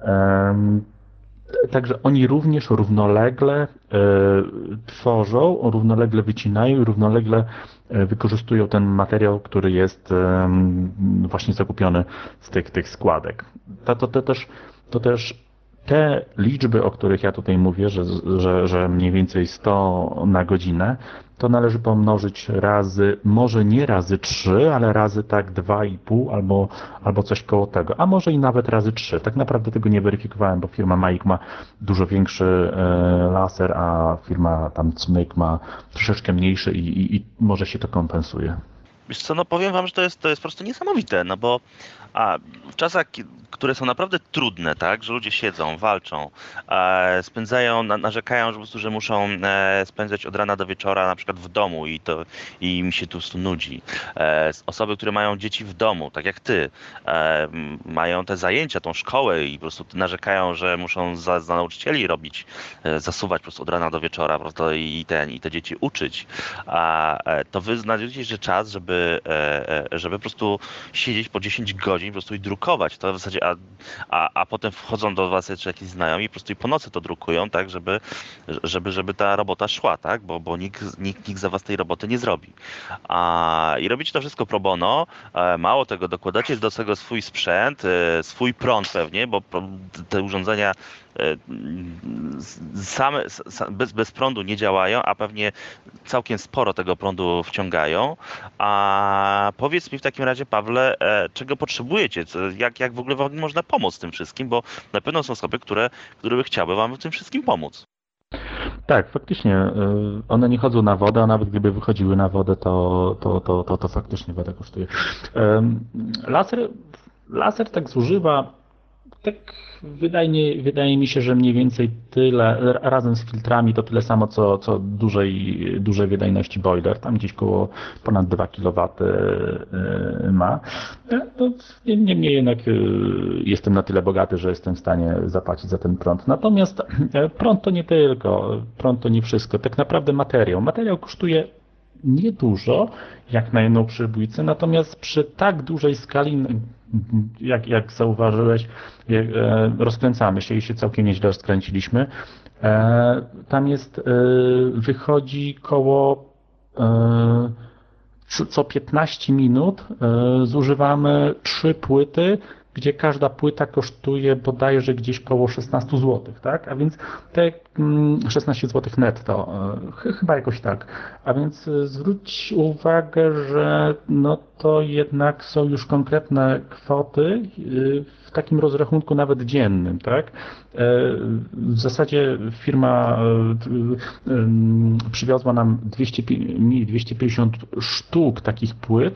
Także oni również równolegle tworzą, równolegle wycinają i równolegle wykorzystują ten materiał, który jest właśnie zakupiony z tych składek. To też te liczby, o których ja tutaj mówię, że mniej więcej 100 na godzinę, to należy pomnożyć razy, może nie razy 3, ale razy tak 2,5 albo coś koło tego, a może i nawet razy 3. Tak naprawdę tego nie weryfikowałem, bo firma Majik ma dużo większy laser, a firma tam Cmyk ma troszeczkę mniejszy i może się to kompensuje. Wiesz co, no powiem wam, że to jest po prostu niesamowite, no bo w czasach, które są naprawdę trudne, tak, że ludzie siedzą, walczą, spędzają, narzekają, że po prostu, że muszą spędzać od rana do wieczora na przykład w domu i im się tu nudzi. Osoby, które mają dzieci w domu, tak jak ty, mają te zajęcia, tą szkołę i po prostu narzekają, że muszą za nauczycieli robić, zasuwać po prostu od rana do wieczora po prostu i te dzieci uczyć. To wy znajdziecie jeszcze czas, żeby po prostu siedzieć po 10 godzin po prostu i drukować. To w zasadzie, a potem wchodzą do was jeszcze jakiś znajomi i po prostu i po nocy to drukują, tak, żeby ta robota szła, tak, bo nikt za was tej roboty nie zrobi. I robicie to wszystko pro bono, mało tego, dokładacie do tego swój sprzęt, swój prąd pewnie, bo te urządzenia same bez prądu nie działają, a pewnie całkiem sporo tego prądu wciągają. A powiedz mi w takim razie, Pawle, czego potrzebujecie? Jak w ogóle wam można pomóc tym wszystkim? Bo na pewno są osoby, które by chciały wam w tym wszystkim pomóc. Tak, faktycznie. One nie chodzą na wodę, a nawet gdyby wychodziły na wodę, to faktycznie woda kosztuje. Laser tak zużywa. Tak wydaje mi się, że mniej więcej tyle, razem z filtrami to tyle samo, co dużej wydajności boiler, tam gdzieś koło ponad 2 kW ma. No, niemniej jednak jestem na tyle bogaty, że jestem w stanie zapłacić za ten prąd. Natomiast prąd to nie tylko, prąd to nie wszystko. Tak naprawdę materiał kosztuje niedużo, jak na jedną przybójcę, natomiast przy tak dużej skali, jak zauważyłeś, rozkręcamy się i się całkiem nieźle rozkręciliśmy. Tam wychodzi koło co 15 minut zużywamy 3 płyty, gdzie każda płyta kosztuje bodajże gdzieś koło 16 zł, tak? A więc te 16 zł netto, chyba jakoś tak. A więc zwróć uwagę, że no to jednak są już konkretne kwoty w takim rozrachunku nawet dziennym, tak? W zasadzie firma przywiozła nam 250 sztuk takich płyt,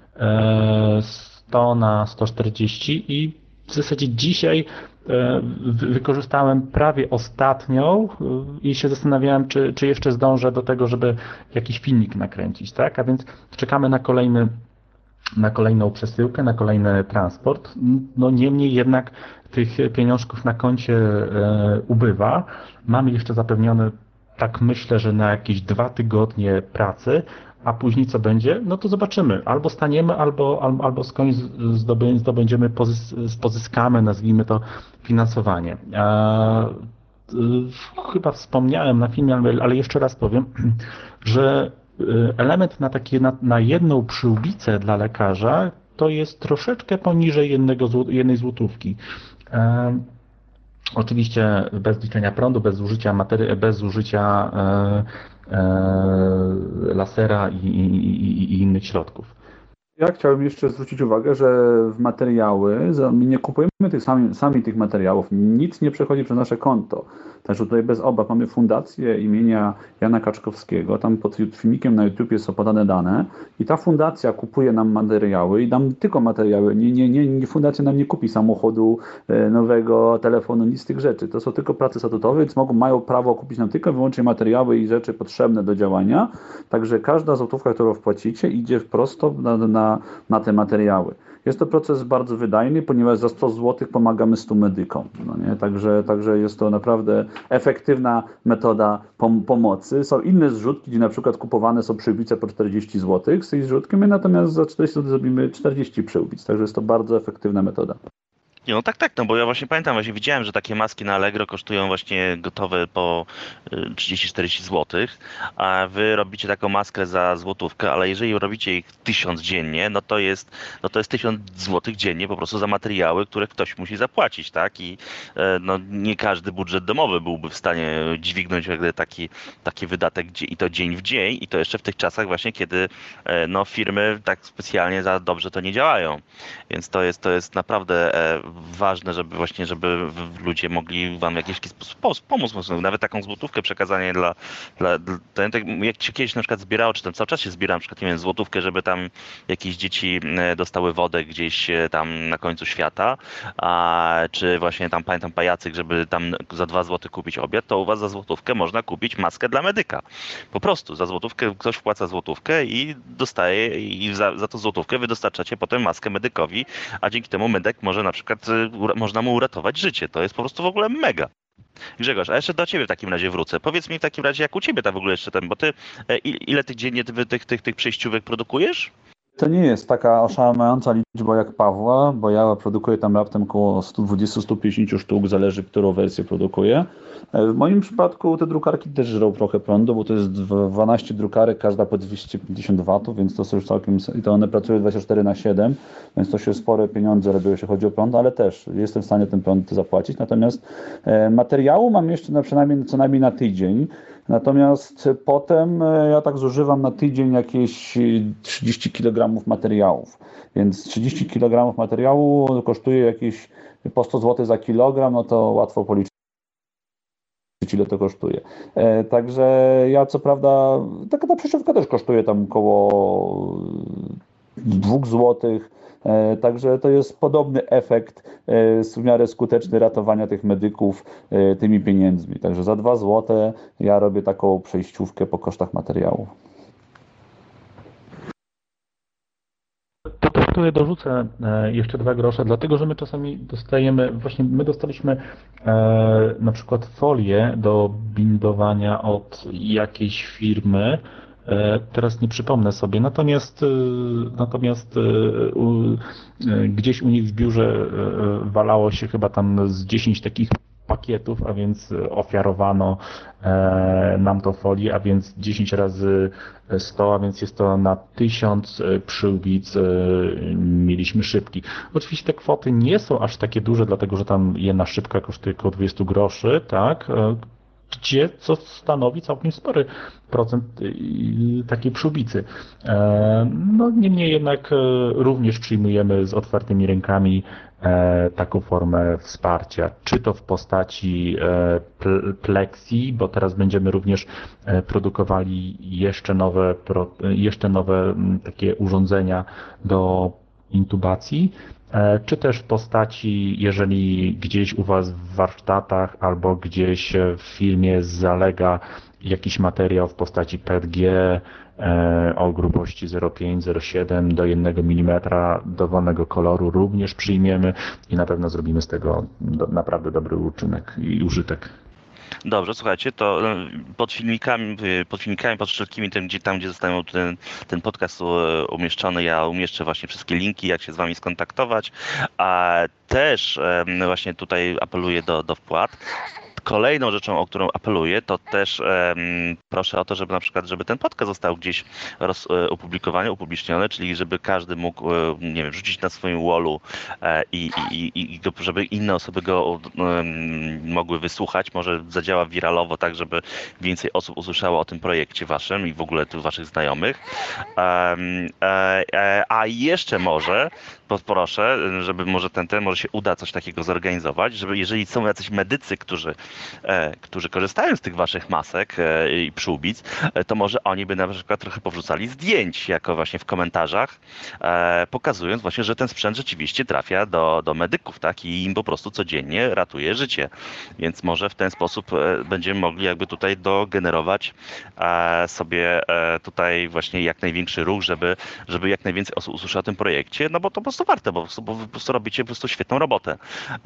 100 na 140 i w zasadzie dzisiaj wykorzystałem prawie ostatnią i się zastanawiałem, czy jeszcze zdążę do tego, żeby jakiś filmik nakręcić, tak? A więc czekamy na kolejną przesyłkę, na kolejny transport. No niemniej jednak tych pieniążków na koncie ubywa. Mamy jeszcze zapewnione, tak myślę, że na jakieś 2 tygodnie pracy, a później co będzie? No to zobaczymy. Albo staniemy, albo skądś pozyskamy, nazwijmy to, finansowanie. Chyba wspomniałem na filmie, ale jeszcze raz powiem, że element na jedną przyłbicę dla lekarza to jest troszeczkę poniżej jednej złotówki. Oczywiście bez liczenia prądu, bez zużycia lasera i innych środków. Ja chciałbym jeszcze zwrócić uwagę, że w materiały, my nie kupujemy sami tych materiałów, nic nie przechodzi przez nasze konto. Także tutaj bez obaw mamy fundację imienia Jana Kaczkowskiego, tam pod filmikiem na YouTube są podane dane i ta fundacja kupuje nam materiały i nam tylko materiały, fundacja nam nie kupi samochodu, nowego telefonu, nic z tych rzeczy. To są tylko prace statutowe, więc mają prawo kupić nam tylko i wyłącznie materiały i rzeczy potrzebne do działania. Także każda złotówka, którą wpłacicie, idzie prosto na te materiały. Jest to proces bardzo wydajny, ponieważ za 100 zł pomagamy 100 medykom. No nie? Także jest to naprawdę efektywna metoda pomocy. Są inne zrzutki, gdzie na przykład kupowane są przyłbice po 40 zł z tej zrzutki, my natomiast za 40 zł zrobimy 40 przyłbic. Także jest to bardzo efektywna metoda. No tak, no bo ja właśnie pamiętam, widziałem, że takie maski na Allegro kosztują właśnie gotowe po 30-40 zł, a wy robicie taką maskę za złotówkę, ale jeżeli robicie ich 1000 dziennie, no to jest 1000 zł dziennie po prostu za materiały, które ktoś musi zapłacić, tak? I no nie każdy budżet domowy byłby w stanie dźwignąć taki wydatek i to dzień w dzień i to jeszcze w tych czasach właśnie, kiedy no firmy tak specjalnie za dobrze to nie działają. Więc to jest naprawdę ważne, żeby ludzie mogli wam w jakiś sposób pomóc. Nawet taką złotówkę przekazanie jak się kiedyś na przykład zbierało, czy tam cały czas się zbiera na przykład, nie wiem, złotówkę, żeby tam jakieś dzieci dostały wodę gdzieś tam na końcu świata, czy właśnie tam pamiętam pajacyk, żeby tam za 2 zł kupić obiad, to u was za złotówkę można kupić maskę dla medyka. Po prostu za złotówkę ktoś wpłaca złotówkę i dostaje i za tą złotówkę wy dostarczacie potem maskę medykowi, a dzięki temu medyk może na przykład można mu uratować życie. To jest po prostu w ogóle mega. Grzegorz, a jeszcze do ciebie w takim razie wrócę. Powiedz mi w takim razie, jak u ciebie w ogóle jeszcze bo ty ile tych dziennie tych przejściówek produkujesz? To nie jest taka oszałamiająca liczba. liczba jak Pawła, bo ja produkuję tam raptem około 120-150 sztuk, zależy którą wersję produkuję. W moim przypadku te drukarki też żrą trochę prądu, bo to jest 12 drukarek, każda po 250 W, więc to są już całkiem, i to one pracują 24/7, więc to się spore pieniądze robią, jeśli chodzi o prąd, ale też jestem w stanie ten prąd zapłacić. Natomiast materiału mam jeszcze przynajmniej co najmniej na tydzień. Natomiast potem ja tak zużywam na tydzień jakieś 30 kg materiałów. Więc 30 kg materiału kosztuje jakieś po 100 zł za kilogram, no to łatwo policzyć, ile to kosztuje. Także ja co prawda, taka ta przesiówka też kosztuje tam około 2 zł. Także to jest podobny efekt, w miarę skuteczny ratowania tych medyków tymi pieniędzmi. Także za 2 zł ja robię taką przejściówkę po kosztach materiałów. To tutaj dorzucę jeszcze 2 grosze, dlatego że my czasami dostajemy, właśnie my dostaliśmy na przykład folię do bindowania od jakiejś firmy. Teraz nie przypomnę sobie, natomiast gdzieś u nich w biurze walało się chyba tam z 10 takich pakietów, a więc ofiarowano nam to folię, a więc 10 razy 100, a więc jest to na 1000 przyłbic mieliśmy szybki. Oczywiście te kwoty nie są aż takie duże, dlatego że tam jedna szybka kosztuje około 20 groszy, tak? Co stanowi całkiem spory procent takiej przyłbicy. No, niemniej jednak również przyjmujemy z otwartymi rękami taką formę wsparcia, czy to w postaci Plexi, bo teraz będziemy również produkowali jeszcze nowe takie urządzenia do intubacji, czy też w postaci, jeżeli gdzieś u Was w warsztatach albo gdzieś w firmie zalega jakiś materiał w postaci PETG o grubości 0,5-0,7 do 1 mm dowolnego koloru również przyjmiemy i na pewno zrobimy z tego naprawdę dobry uczynek i użytek. Dobrze, słuchajcie, to pod filmikami, pod wszelkimi tym, gdzie zostanie ten podcast umieszczony, ja umieszczę właśnie wszystkie linki, jak się z Wami skontaktować, a też właśnie tutaj apeluję do wpłat. Kolejną rzeczą, o którą apeluję, to też proszę o to, żeby na przykład, żeby ten podcast został gdzieś opublikowany, upubliczniony, czyli żeby każdy mógł, nie wiem, rzucić na swoim wallu i żeby inne osoby go mogły wysłuchać, może zadziała wiralowo, tak, żeby więcej osób usłyszało o tym projekcie waszym i w ogóle tych waszych znajomych. A jeszcze może proszę, żeby może może się uda coś takiego zorganizować, żeby jeżeli są jacyś medycy, którzy korzystają z tych waszych masek i przyłbic, to może oni by na przykład trochę powrzucali zdjęć jako właśnie w komentarzach, pokazując właśnie, że ten sprzęt rzeczywiście trafia do medyków, tak, i im po prostu codziennie ratuje życie. Więc może w ten sposób będziemy mogli jakby tutaj dogenerować sobie tutaj właśnie jak największy ruch, żeby jak najwięcej osób usłyszało o tym projekcie, no bo to po prostu warte, bo po prostu robicie po prostu świetną robotę.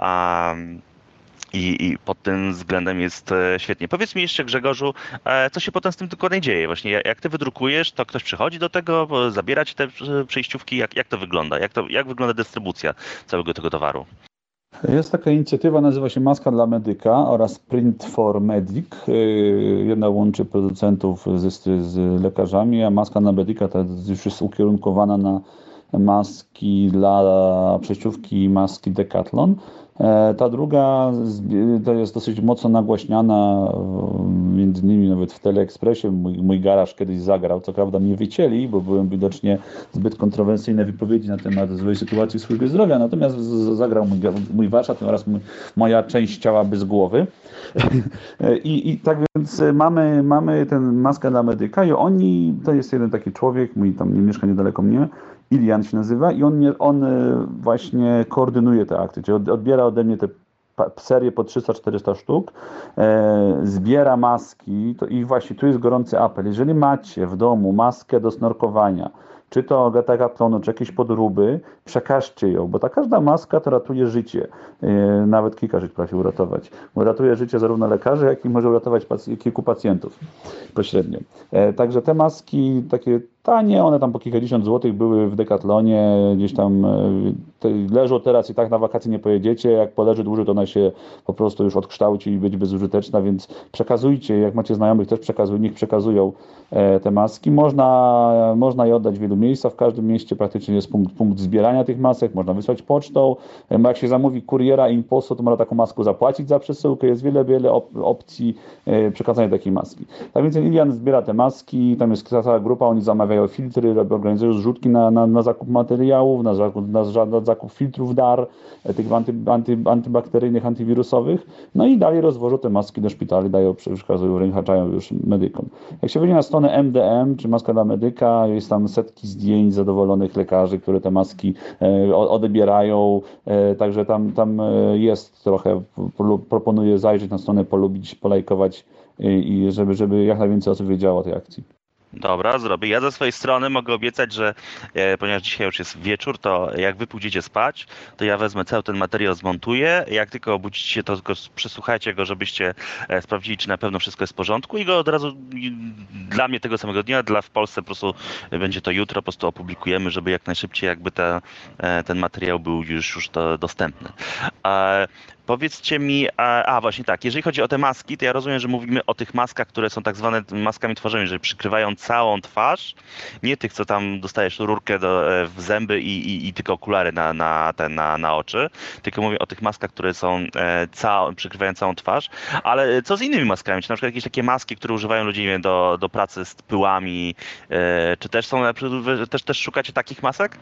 I pod tym względem jest świetnie. Powiedz mi jeszcze, Grzegorzu, co się potem z tym dokładnie dzieje? Właśnie jak ty wydrukujesz, to ktoś przychodzi do tego, zabiera ci te przejściówki, jak to wygląda? Jak wygląda dystrybucja całego tego towaru? Jest taka inicjatywa, nazywa się Maska dla Medyka oraz Print for Medic. Jedna łączy producentów z lekarzami, a Maska dla Medyka to już jest ukierunkowana na maski dla przejściówki i maski Decathlon. Ta druga to jest dosyć mocno nagłaśniana, między innymi nawet w Teleekspresie. Mój garaż kiedyś zagrał, co prawda mnie wycięli, bo byłem widocznie zbyt kontrowersyjne wypowiedzi na temat złej sytuacji w służbie zdrowia, natomiast zagrał mój warsztat oraz moja część ciała bez głowy. I tak więc mamy ten Maskę dla Medyka i to jest jeden taki człowiek, mój tam nie mieszka niedaleko mnie, Ilian się nazywa i on właśnie koordynuje te akcje, czyli odbiera ode mnie te serię po 300-400 sztuk, zbiera maski i właśnie tu jest gorący apel. Jeżeli macie w domu maskę do snorkowania, czy to Decathlonu, czy jakieś podróby, przekażcie ją, bo ta każda maska to ratuje życie. Nawet kilka żyć potrafi uratować. Ratuje życie zarówno lekarzy, jak i może uratować kilku pacjentów pośrednio. Także te maski, tanie, one tam po kilkadziesiąt złotych były w Decathlonie, gdzieś tam leżą teraz i tak na wakacje nie pojedziecie, jak poleży dłużej, to ona się po prostu już odkształci i będzie bezużyteczna, więc przekazujcie, jak macie znajomych, też niech przekazują te maski. Można je oddać w wielu miejscach, w każdym mieście praktycznie jest punkt zbierania tych masek, można wysłać pocztą, jak się zamówi kuriera imposto, to można taką maskę zapłacić za przesyłkę, jest wiele opcji przekazania takiej maski. Tak więc Ilian zbiera te maski, tam jest cała grupa, oni zamawiają filtry, organizują zrzutki na zakup materiałów, na zakup filtrów DAR, tych antybakteryjnych, antywirusowych, no i dalej rozwożą te maski do szpitali, przekazują, ręczaczają już medykom. Jak się wejdzie na stronę MDM, czy Maska dla Medyka, jest tam setki zdjęć zadowolonych lekarzy, które te maski odebierają, także tam jest trochę, proponuję zajrzeć na stronę, polubić, polajkować i żeby jak najwięcej osób wiedziało o tej akcji. Dobra, zrobię. Ja ze swojej strony mogę obiecać, że ponieważ dzisiaj już jest wieczór, to jak wy pójdziecie spać, to ja wezmę cały ten materiał, zmontuję. Jak tylko obudzicie się, to tylko przesłuchajcie go, żebyście sprawdzili, czy na pewno wszystko jest w porządku i go od razu dla mnie tego samego dnia, w Polsce po prostu będzie to jutro, po prostu opublikujemy, żeby jak najszybciej jakby ten materiał był już dostępny. Powiedzcie mi, właśnie tak, jeżeli chodzi o te maski, to ja rozumiem, że mówimy o tych maskach, które są tak zwane maskami twarzowymi, że przykrywają całą twarz, nie tych, co tam dostajesz rurkę w zęby i tylko okulary na oczy, tylko mówię o tych maskach, które są przykrywają całą twarz, ale co z innymi maskami? Czy na przykład jakieś takie maski, które używają ludzie, nie wiem, do pracy z pyłami, czy też są, też szukacie takich masek?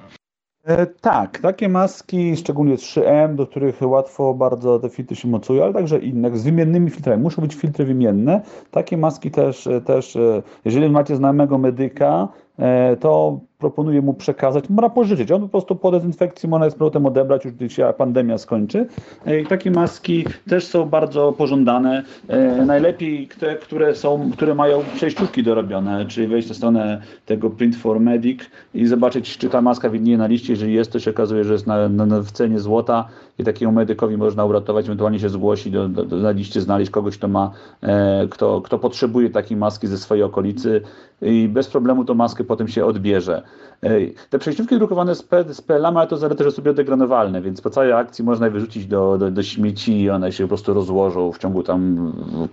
Tak, takie maski, szczególnie 3M, do których łatwo bardzo te filtry się mocują, ale także inne, z wymiennymi filtrami. Muszą być filtry wymienne. Takie maski też jeżeli macie znajomego medyka, to proponuję mu przekazać, można pożyczyć. On po prostu po dezynfekcji można z powrotem odebrać, już gdy się pandemia skończy. I takie maski też są bardzo pożądane. Najlepiej te, które mają przejściówki dorobione, czyli wejść na stronę tego Print for Medic i zobaczyć, czy ta maska widnieje na liście. Jeżeli jest, to się okazuje, że jest w cenie złota i takiemu medykowi można uratować, ewentualnie się zgłosić, na liście znaleźć kogoś, kto ma, kto potrzebuje takiej maski ze swojej okolicy i bez problemu tą maskę potem się odbierze. Te przejściówki drukowane z PLA mają to zaletę, że są biodegradowalne, więc po całej akcji można je wyrzucić do śmieci i one się po prostu rozłożą w ciągu tam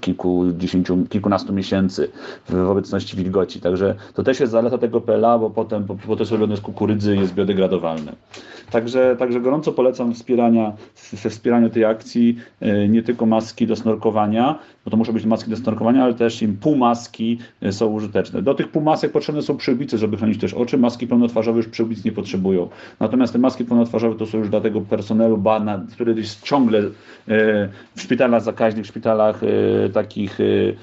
kilkunastu miesięcy w obecności wilgoci. Także to też jest zaleta tego PLA, bo potem to jest robione z kukurydzy i jest biodegradowalne. Także gorąco polecam wspieraniu tej akcji, nie tylko maski do snorkowania, bo to muszą być maski do snorkowania, ale też półmaski są użyteczne. Do tych półmasek potrzebne są przyłbice, żeby chronić też oczy. Maski pełnotwarzowe już przyłbic nie potrzebują. Natomiast te maski pełnotwarzowe to są już dla tego personelu, który jest ciągle w szpitalach zakaźnych, w szpitalach takich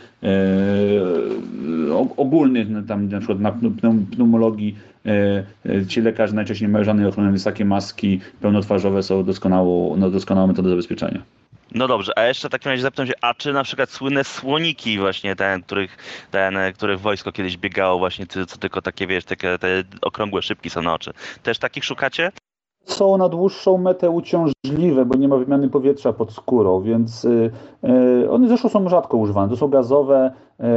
ogólnych, tam na przykład na pneumologii, ci lekarze najczęściej nie mają żadnej ochrony, więc takie maski pełnotwarzowe są doskonałą metodą zabezpieczenia. No dobrze, a jeszcze w takim razie zapytam się, a czy na przykład słynne słoniki właśnie, których wojsko kiedyś biegało właśnie, co tylko takie, wiesz, takie te okrągłe szybki są na oczy, też takich szukacie? Są na dłuższą metę uciążliwe, bo nie ma wymiany powietrza pod skórą, więc one zresztą są rzadko używane. To są gazowe,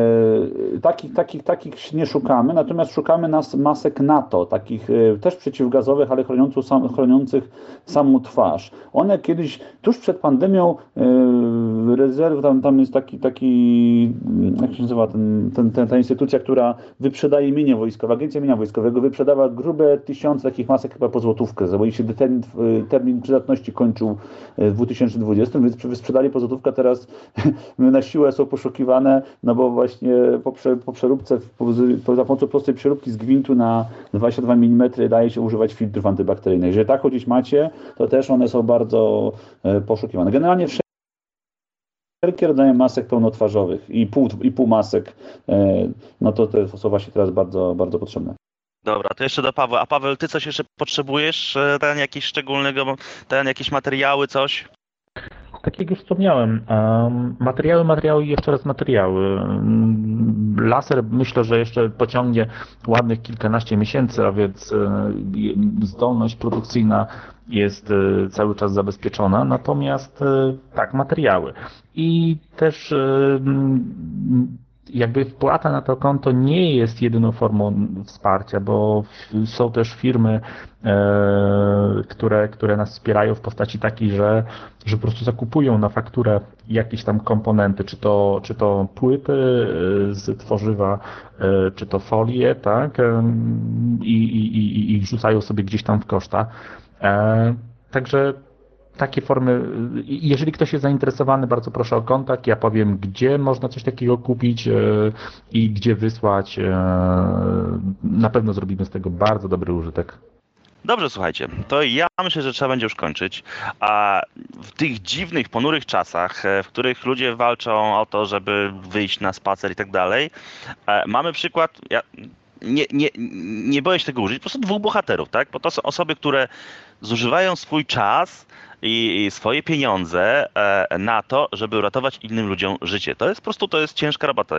takich nie szukamy, natomiast szukamy masek NATO, takich też przeciwgazowych, ale chroniących samą twarz. One kiedyś, tuż przed pandemią, tam jest taki, jak się nazywa ta instytucja, która wyprzedaje mienia wojskowe, Agencja Mienia Wojskowego wyprzedała grube 1000 takich masek chyba po złotówkę, bo ich się termin przydatności kończył w 2020, więc wysprzedali po złotówkę, teraz na siłę są poszukiwane, no bo właśnie po przeróbce, za pomocą prostej przeróbki z gwintu na 22 mm daje się używać filtrów antybakteryjnych. Jeżeli tak gdzieś macie, to też one są bardzo poszukiwane. Generalnie wszelkie rodzaje masek pełnotwarzowych i półmasek, no to te są właśnie teraz bardzo, bardzo potrzebne. Dobra, to jeszcze do Pawła. A Paweł, ty coś jeszcze potrzebujesz? Jakiś szczególnego, jakieś materiały, coś? Tak jak już wspomniałem, materiały i jeszcze raz materiały. Laser myślę, że jeszcze pociągnie ładnych kilkanaście miesięcy, a więc zdolność produkcyjna jest cały czas zabezpieczona, natomiast tak, materiały. I też jakby wpłata na to konto nie jest jedyną formą wsparcia, bo są też firmy, które nas wspierają w postaci takiej, że po prostu zakupują na fakturę jakieś tam komponenty, czy to płyty z tworzywa, czy to folie, tak, i wrzucają sobie gdzieś tam w koszta. Także takie formy, jeżeli ktoś jest zainteresowany, bardzo proszę o kontakt, ja powiem, gdzie można coś takiego kupić i gdzie wysłać. Na pewno zrobimy z tego bardzo dobry użytek. Dobrze, słuchajcie, to ja myślę, że trzeba będzie już kończyć. A w tych dziwnych, ponurych czasach, w których ludzie walczą o to, żeby wyjść na spacer i tak dalej, mamy przykład, ja nie boję się tego użyć, po prostu dwóch bohaterów, tak? Bo to są osoby, które zużywają swój czas i swoje pieniądze na to, żeby uratować innym ludziom życie. To jest po prostu, to jest ciężka robota.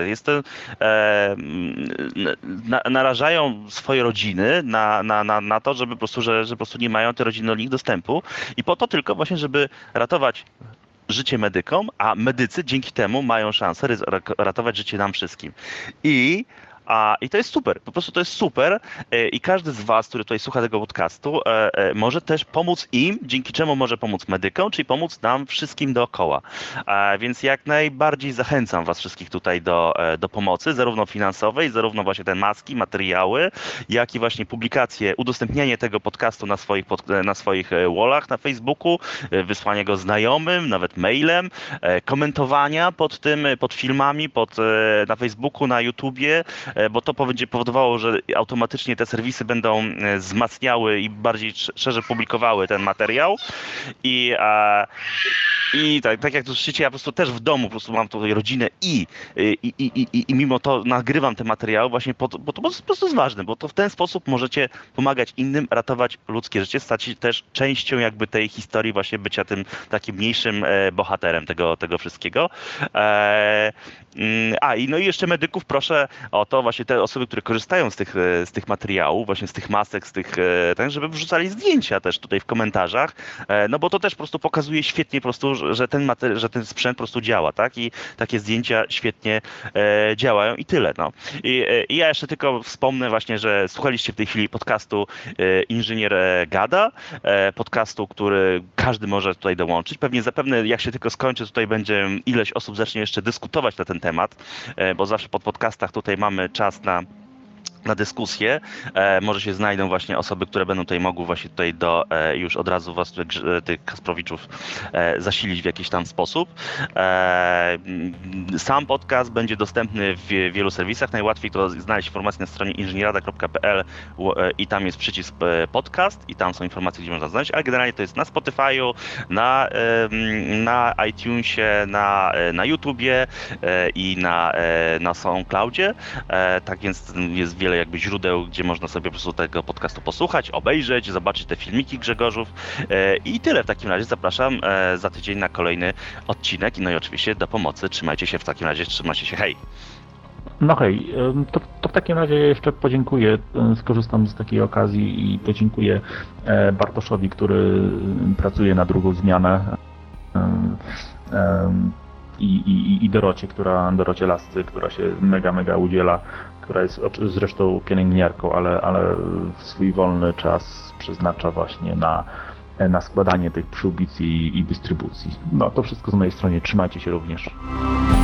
Narażają swoje rodziny na to, żeby po prostu, że po prostu nie mają te rodziny do nich dostępu i po to tylko właśnie, żeby ratować życie medykom, a medycy dzięki temu mają szansę ratować życie nam wszystkim. I to jest super, po prostu to jest super i każdy z was, który tutaj słucha tego podcastu, może też pomóc im, dzięki czemu może pomóc medykom, czyli pomóc nam wszystkim dookoła. Więc jak najbardziej zachęcam was wszystkich tutaj do pomocy, zarówno finansowej, zarówno właśnie te maski, materiały, jak i właśnie publikacje, udostępnianie tego podcastu na swoich wallach na Facebooku, wysłanie go znajomym, nawet mailem, komentowania pod filmami, na Facebooku, na YouTubie, bo to będzie powodowało, że automatycznie te serwisy będą wzmacniały i bardziej szerzej publikowały ten materiał. I tak jak tu słyszycie, ja po prostu też w domu po prostu mam tutaj rodzinę i mimo to nagrywam te materiały właśnie bo to po prostu jest ważne, bo to w ten sposób możecie pomagać innym, ratować ludzkie życie, stać się też częścią jakby tej historii właśnie bycia tym takim mniejszym bohaterem tego wszystkiego. No i jeszcze medyków proszę o to właśnie te osoby, które korzystają z tych materiałów, właśnie z tych masek, tak, żeby wrzucali zdjęcia też tutaj w komentarzach, no bo to też po prostu pokazuje świetnie po prostu, że ten sprzęt po prostu działa, tak? I takie zdjęcia świetnie działają i tyle, no. I ja jeszcze tylko wspomnę właśnie, że słuchaliście w tej chwili podcastu Inżynier Gada, podcastu, który każdy może tutaj dołączyć. Zapewne jak się tylko skończy, tutaj będzie ileś osób zacznie jeszcze dyskutować na ten temat, bo zawsze po podcastach tutaj mamy czas na dyskusję. Może się znajdą właśnie osoby, które będą tutaj mogły właśnie tutaj już od razu was, tych Kasprowiczów, zasilić w jakiś tam sposób. Sam podcast będzie dostępny w wielu serwisach. Najłatwiej to znaleźć informacje na stronie inżynierada.pl i tam jest przycisk podcast i tam są informacje, gdzie można znaleźć, ale generalnie to jest na Spotify'u, na iTunesie, na YouTubie i na SoundCloudzie. Tak więc jest wiele jakby źródeł, gdzie można sobie po prostu tego podcastu posłuchać, obejrzeć, zobaczyć te filmiki Grzegorzów i tyle. W takim razie zapraszam za tydzień na kolejny odcinek. No i oczywiście do pomocy. Trzymajcie się w takim razie, trzymajcie się, hej! No hej, to w takim razie jeszcze podziękuję, skorzystam z takiej okazji i podziękuję Bartoszowi, który pracuje na drugą zmianę i Dorocie Lascy, która się mega udziela, która jest zresztą pielęgniarką, ale swój wolny czas przeznacza właśnie na składanie tych przyłbic i dystrybucji. No to wszystko z mojej strony, trzymajcie się również.